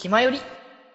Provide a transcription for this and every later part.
気まより。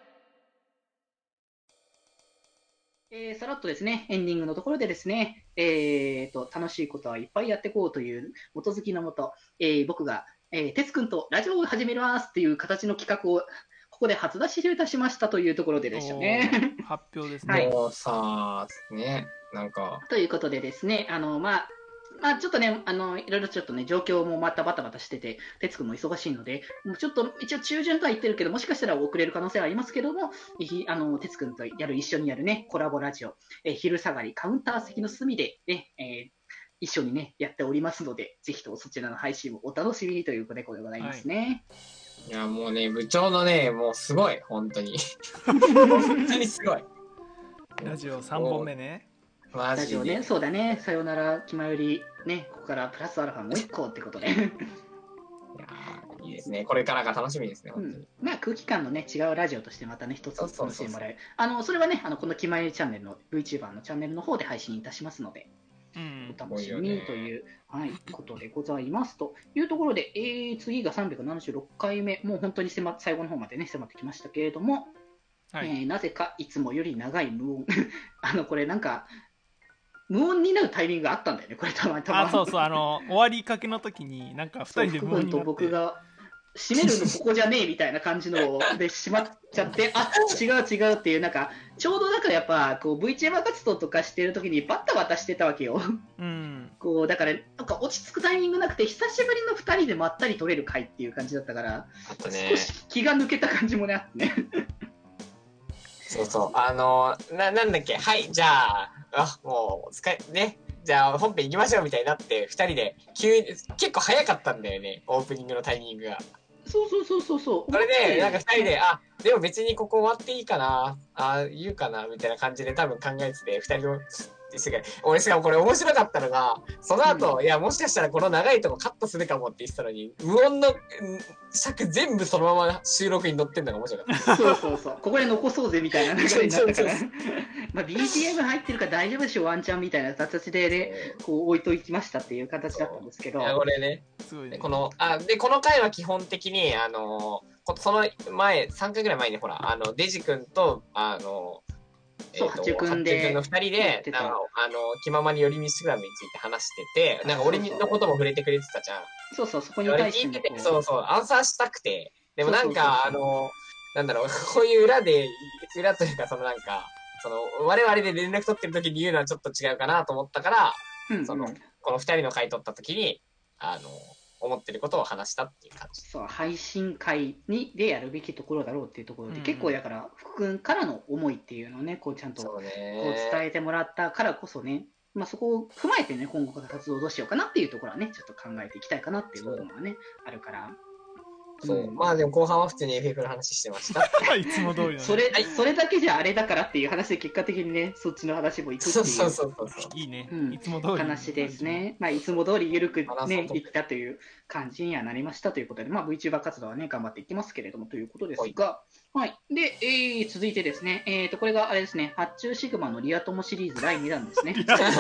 さらっとですね、エンディングのところでですね、楽しいことはいっぱいやっていこうという元づきのもと、僕が、てつくんとラジオを始めますっていう形の企画を、ここで初出しいたしましたというところででしたね。 発表ですはいね。 もうさ、ね、なんか、 ということでですね、ちょっとね、いろいろちょっとね、状況もまたバタバタしてて、てつくんも忙しいので、もうちょっと、一応中旬とは言ってるけど、もしかしたら遅れる可能性はありますけども、てつくんと一緒にやるね、コラボラジオ、昼下がり、カウンター席の隅でね、一緒にね、やっておりますので、ぜひともそちらの配信をお楽しみにということでございますね。 いや、もうね、部長のね、もうすごい、本当に。本当にすごい。 ラジオ3本目ね。 マジで。 ラジオね、そうだね、さよなら、気まより、ね、ここからプラスアルファもう一個ってことで。 いやいいですね。これからが楽しみですね、本当に。 まあ空気感のね、違うラジオとしてまたね、一つ楽しんでもらえる。それはね、この気まよりチャンネルの VTuber のチャンネルの方で配信いたしますので、お楽しみという、ことでございますというところで、次が376回目、もう本当に最後の方までね、迫ってきましたけれども、なぜかいつもより長い無音。これなんか、無音になるタイミングがあったんだよね、これたまたま。 そうそう、終わりかけの時に、なんか2人で無音になって。 と僕が、閉めるのここじゃねえみたいな感じので閉まっちゃって、あ、違う違うっていう、なんか、ちょうどだからやっぱ、こう VTuber 活動とかしてる時にバタバタしてたわけよ。こう、だから、なんか落ち着くタイミングなくて、久しぶりの2人でまったり撮れる回っていう感じだったから、少し気が抜けた感じもね、あってね。 そうそう、なんだっけ、はい、じゃあ、もう、ね、じゃあ本編行きましょうみたいになって、2人で、結構早かったんだよね、オープニングのタイミングが。 そう。 それで、なんか2人で、でも別にここ終わっていいかな、言うかな、みたいな感じで多分考えてて、2人とも、俺しかもこれ面白かったのが、その後、いや、もしかしたらこの長いとこカットするかもって言ってたのに、無音の尺全部そのまま収録に載ってんのが面白かった。 そう。ここで残そうぜみたいな流れになったから。まあ BGM 入ってるから大丈夫でしょ、ワンチャンみたいな形でね、こう置いときましたっていう形だったんですけど。 これね、この回は基本的に、その前、3回ぐらい前にほら、デジ君と、 八中君の 2人で、気ままに寄り道クラブについて話してて、なんか俺のことも触れてくれてたじゃん。 そう、そこに対して。 そう、アンサーしたくて。でもなんか、なんだろう、こういう裏というか、我々で連絡取ってる時に言うのはちょっと違うかなと思ったから、この2人の回取った時に、思ってることを話したっていう感じ。 そう、配信会でやるべきところだろうっていうところで、結構だから福君からの思いっていうのをね、こうちゃんとこう伝えてもらったからこそね、まあそこを踏まえてね、今後の活動をどうしようかなっていうところはね、ちょっと考えていきたいかなっていう部分はね、あるから。 そう、まあでも後半は普通に FF の話してました。 いつも通りの、ね、 それだけじゃあれだからっていう話で結果的にね、そっちの話もいくっていう。 そう。 いいね。いつも通りの話ですね。まあいつも通り緩くね、いったという感じにはなりましたということで、まあ VTuber 活動はね、頑張っていってますけれどもということですが、はい。で、続いてですね、これがあれですね、発注シグマのリア友シリーズ第2弾ですね。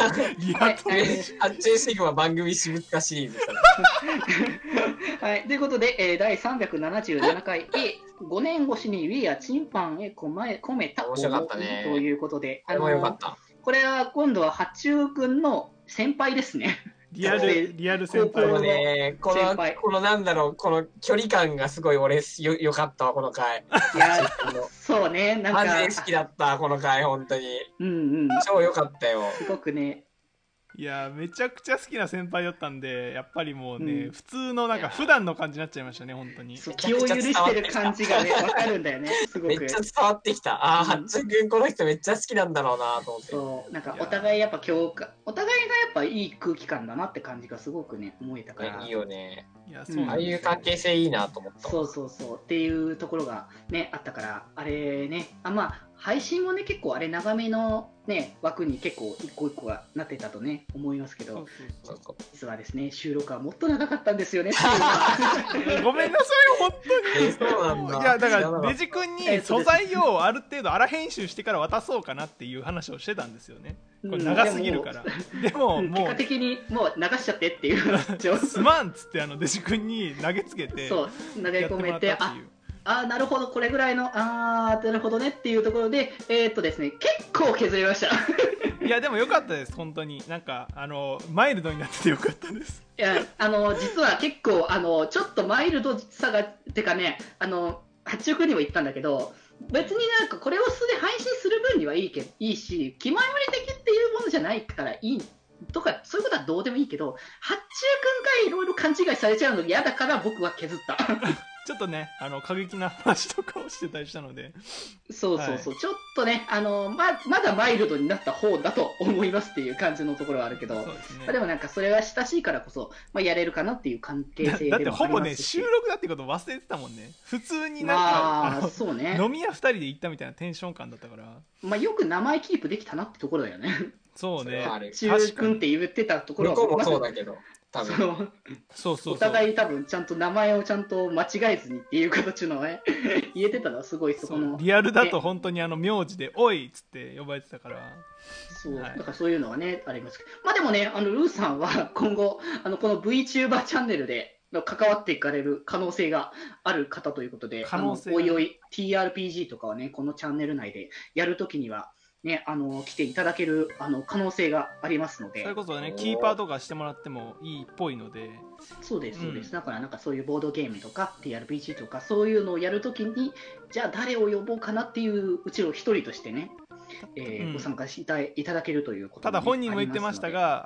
発注シグマ番組私物化シリーズ。 はい。ということで、第377回、5年越しに Wii やチンパンへ込めた面白かったねということで、 これは今度は発注君の先輩ですね。 リアル先輩ね、このなんだろう、この距離感がすごい俺よかったわ、この回。 いや、そうね、なんか。 マジで好きだった、この回、本当に。超良かったよ。 すごくね。 いやめちゃくちゃ好きな先輩だったんで、やっぱりもうね、普通のなんか普段の感じになっちゃいましたね、本当に。 気を許してる感じがね、わかるんだよね、すごく。 めっちゃ伝わってきた。八中君この人めっちゃ好きなんだろうなと思って。 そう、なんかお互いやっぱお互いがやっぱいい空気感だなって感じがすごくね、思えたから。 いいよね。 ああいう関係性いいなと思った。 そうっていうところがね、あったから、あれね、まあ配信もね、結構あれ長めのね、枠に結構一個一個がなってたとね、思いますけど、実はですね、収録はもっと長かったんですよね。 ごめんなさい、本当に。 そうなんだ。 いや、だからデジ君に素材をある程度荒編集してから渡そうかなっていう話をしてたんですよね。これ長すぎるから。でも結果的にもう流しちゃってっていうすまんっつってデジ君に投げつけて、 そう投げ込めて、 なるほど、これぐらいの、なるほどねっていうところで、ですね、結構削りました。 いや、でもよかったです、本当に。なんか、マイルドになっててよかったです。 いや、実は結構、ちょっとマイルドさが、てかね、八億にも言ったんだけど、別になんかこれを素で配信する分にはいいし、気前売り的っていうものじゃないからいいとか、そういうことはどうでもいいけど、八中君がいろいろ勘違いされちゃうの嫌だから僕は削った。 ちょっとね、過激な話とかをしてたりしたので。 そうそうそう、はい、ちょっとね、まだマイルドになった方だと思いますっていう感じのところはあるけど、そうですね。でもなんかそれは親しいからこそ、やれるかなっていう関係性でもありますし。 だってほぼね、収録だってこと忘れてたもんね。普通になんか、 そうね、 飲み屋2人で行ったみたいなテンション感だったから。 よく名前キープできたなってところだよね。 そうね。 中君って言ってたところは向こうもそうだけど。多分お互い多分ちゃんと名前をちゃんと間違えずにっていう形のね言えてたのはすごいそこのリアルだと本当に名字で「おい!」っつって呼ばれてたから。 そう、はい、だからそういうのはねありますけど、でもねルーさんは今後この VTuber チャンネルで関わっていかれる可能性がある方ということで、おいおい TRPG とかはねこのチャンネル内でやるときにはね、来ていただける可能性がありますので、 それこそねキーパーとかしてもらってもいいっぽいので。 そうですそうです、だからなんかそういうボードゲームとか TRPG とかそういうのをやるときにじゃあ誰を呼ぼうかなっていううちの一人としてね、ご参加していただけるということ、 ただ本人も言ってましたが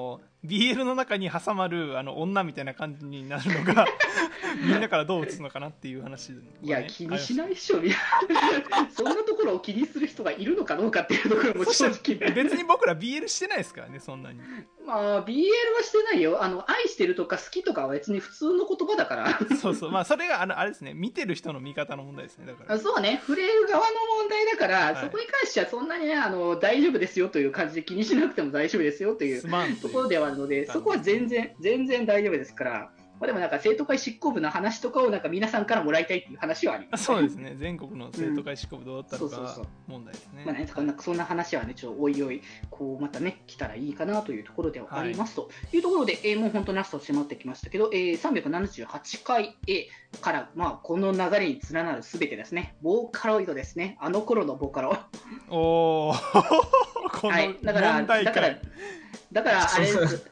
BL の中に挟まる女みたいな感じになるのがみんなからどう映すのかなっていう話、ね、 いや気にしないっしょそんなところを気にする人がいるのかどうかっていうところも正直別に僕ら BL してないですからねそんなに。 BL はしてないよ。愛してるとか好きとかは別に普通の言葉だからそうそうそれがあれですね、見てる人の見方の問題ですね。だからそうね、触れる側の問題だから、はい、そこに関してはそんなにね大丈夫ですよという感じで気にしなくても大丈夫ですよというところではあるので、そこは全然大丈夫ですから。でもなんか生徒会執行部の話とかをなんか皆さんからもらいたいっていう話はあります、 ね、そうですね、全国の生徒会執行部どうだったのか問題ですね。 そんな話はね、ちょっとおいおいこうまたね来たらいいかなというところではありますというところで、もう本当にラスト迫ってきましたけど、378回から、この流れに連なるすべてですね、ボーカロイドですね、あの頃のボカロ。 おお、この問題か。 だからあれです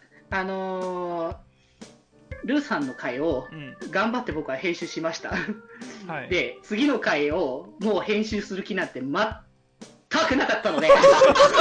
ルーさんの回を頑張って僕は編集しました、はい、で次の回をもう編集する気なんて全くなかったのでもう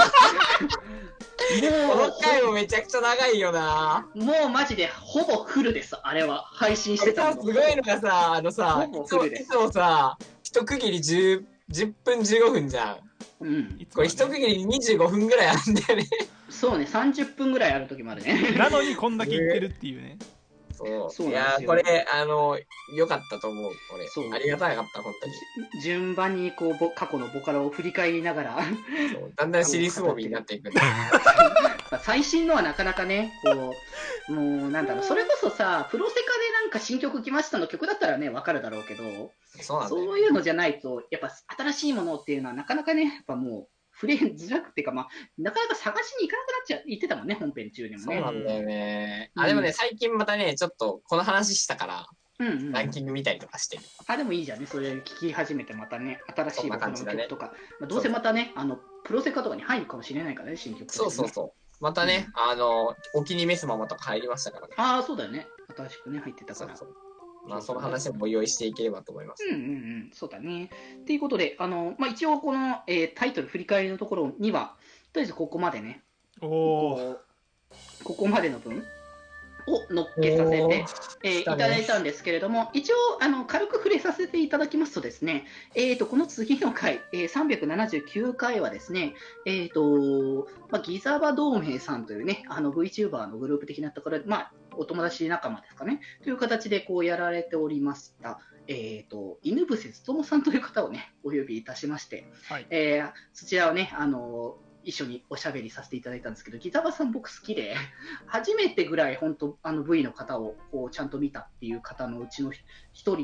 この回もめちゃくちゃ長いよな。 もうマジでほぼフルです。あれは配信してたのすごいのがさいつもさ一区切り 10分15分じゃん、これ一区切り25分ぐらいあるんだよね。 そうね、30分ぐらいある時もあるね。 なのにこんだけ言ってるっていうね。 そういやこれ良かったと思う。これありがたかった本当に。 順番にこう過去のボカロを振り返りながらだんだんシリーズモビーになっていく最新のはなかなかねこうもうなんだろう、それこそさプロセカでなんか新曲来ましたの曲だったらね分かるだろうけど、そういうのじゃないとやっぱ新しいものっていうのはなかなかねやっぱもう触れづらくてか、なかなか探しに行かなくなっちゃ言ってたもんね、本編中でもね。 そうなんだよね。でもね、最近またね、ちょっとこの話したから、ランキング見たりとかしてる。 でもいいじゃんね、それ聞き始めてまたね、新しい曲とか、どうせまたね、プロセカとかに入るかもしれないからね、新曲、ね。 そう。またね、お気に召すままとか入りましたからね。 そうだよね。新しくね、入ってたから。そうその話も用意していければと思います。 そうだね。ということで、一応この、タイトル振り返りのところには、とりあえずここまでね、ここまでの分を乗っけさせて、いただいたんですけれども、一応軽く触れさせていただきますとですね、この次の回、379回はですね、ギザバ同盟さんというね、VTuber のグループ的なところで、お友達仲間ですかね、という形でこうやられておりました、犬伏勉さんという方をね、お呼びいたしまして、はい、そちらをね、一緒におしゃべりさせていただいたんですけど、ギザバさん僕好きで、初めてぐらい本当V の方をこうちゃんと見たっていう方のうちの一人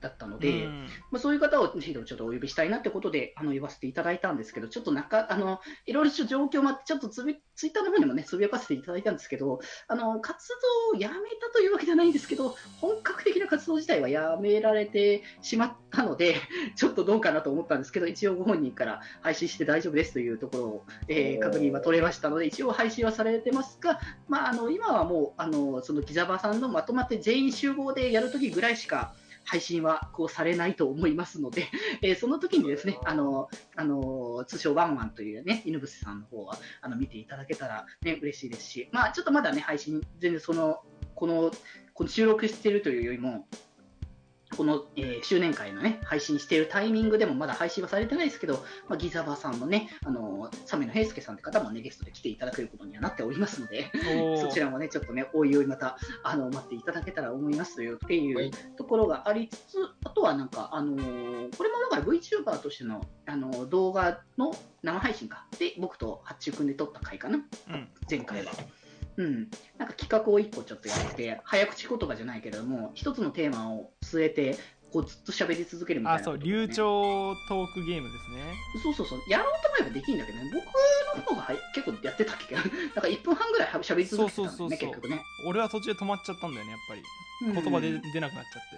だったので、そういう方をぜひともちょっとお呼びしたいなってことで、呼ばせていただいたんですけど、ちょっといろいろ状況もあって、ちょっとツイッターの方にもね、つぶやかせていただいたんですけど、活動をやめたというわけじゃないんですけど、本格的な活動自体はやめられてしまったので、ちょっとどうかなと思ったんですけど、一応ご本人から配信して大丈夫ですというところを、確認は取れましたので、一応配信はされてますが、今はもう、そのギザバさんのまとまって全員集合でやるときぐらいしか、配信はこうされないと思いますので、その時にですね、通称ワンワンというね、犬伏さんの方は見ていただけたらね、嬉しいですし、ちょっとまだね、配信、全然この収録しているというよりも、この、周年会のね、配信しているタイミングでもまだ配信はされてないですけど、ギザバさんのね、サメの平介さんって方もね、ゲストで来ていただけることにはなっておりますので、そちらもね、ちょっとね、おいおいまた、待っていただけたら思いますよっていうところがありつつ、あとはなんか、これもだから VTuber としての、動画の生配信か。で、僕と八中くんで撮った回かな、前回は。なんか企画を1個ちょっとやって、早口言葉じゃないけれども、一つのテーマを据えて、こうずっと喋り続けるみたいな、ね。 流暢トークゲームですね。 そう。やろうと思えばできるんだけどね、僕の方が結構やってたっけなんか1分半ぐらい喋り続けてたんだよね、結局ね。 俺は途中で止まっちゃったんだよね、やっぱり。言葉で出なくなっちゃって。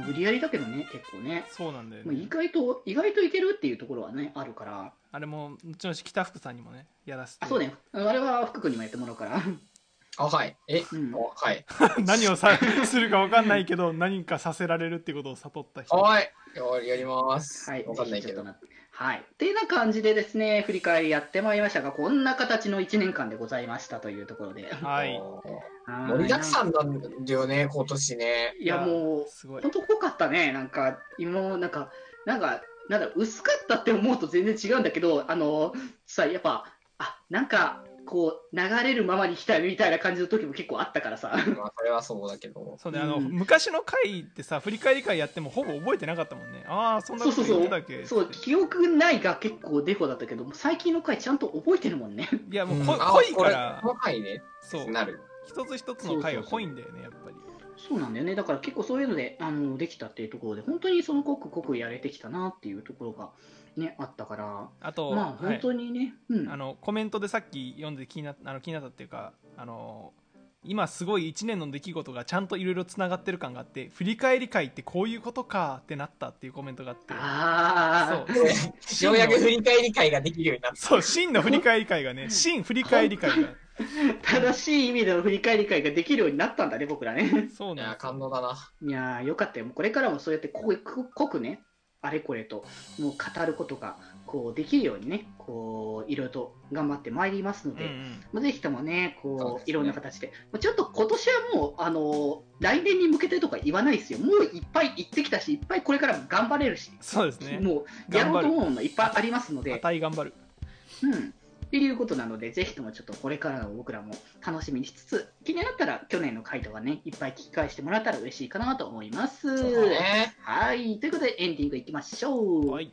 無理やりだけどね、結構ね。 そうなんだよね。 意外といけるっていうところはね、あるから。 あれも、後々北福さんにもね、やらせて。 そうね。あれは福君にもやってもらうから。 はい。はい。 何をするか分かんないけど、何かさせられるってことを悟った人。 はい。やります。 はい。 分かんないけど。 はい。っていうような感じでですね、振り返りやってまいりましたが、こんな形の1年間でございましたというところで。 はい。 盛りだくさんなんだよね、今年ね。 いや、もう、ほんと濃かったね。なんか、今、なんだ、薄かったって思うと全然違うんだけど、さ、やっぱ、なんか、こう流れるままに来たみたいな感じの時も結構あったからさ。 それはそうだけど。 そうね、昔の回ってさ、振り返り回やってもほぼ覚えてなかったもんね。そんなこと言ってたっけ。 そう、記憶ないが結構デフォだったけど、最近の回ちゃんと覚えてるもんね。 いや、もう濃いから。 この回ね。 そう。 なる。 一つ一つの回が濃いんだよね、やっぱり。 そうなんだよね。だから結構そういうので、できたっていうところで、本当にその濃くやれてきたなっていうところが、ね、あったから、 あと、 本当にね、 コメントでさっき読んで気になったっていうか、今すごい1年の出来事がちゃんといろいろつながってる感があって、振り返り会ってこういうことかってなったっていうコメントがあって、 そうようやく振り返り会ができるようになった。 そう、真の振り返り会がね、真振り返り会が正しい意味での振り返り会ができるようになったんだね、僕らね。 そうなんです。 感動だな。 いやよかったよ。これからもそうやって濃くね、あれこれともう語ることがこうできるようにね、こういろいろと頑張ってまいりますので、ぜひともね、こういろんな形で、ちょっと今年はもう来年に向けてとか言わないですよ。もういっぱい行ってきたし、いっぱいこれからも頑張れるし、 そうですね。 もうやろうと思うものいっぱいありますので、 頑張る。 っていうことなので、ぜひともちょっとこれからの僕らも楽しみにしつつ、気になったら去年の回とかね、いっぱい聞き返してもらったら嬉しいかなと思います。はい。ということでエンディングいきましょう。 はい。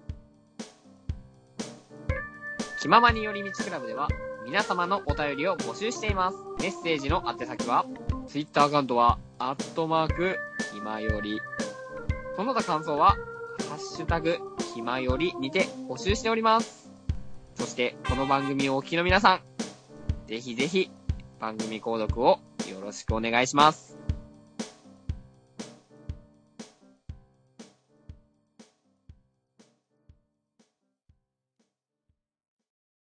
気ままに寄り道クラブでは皆様のお便りを募集しています。メッセージの宛先は、Twitter アカウントは、ひまより。その他感想は、ハッシュタグ、ひまよりにて募集しております。そして、この番組をお聞きの皆さん、ぜひぜひ、番組購読をよろしくお願いします。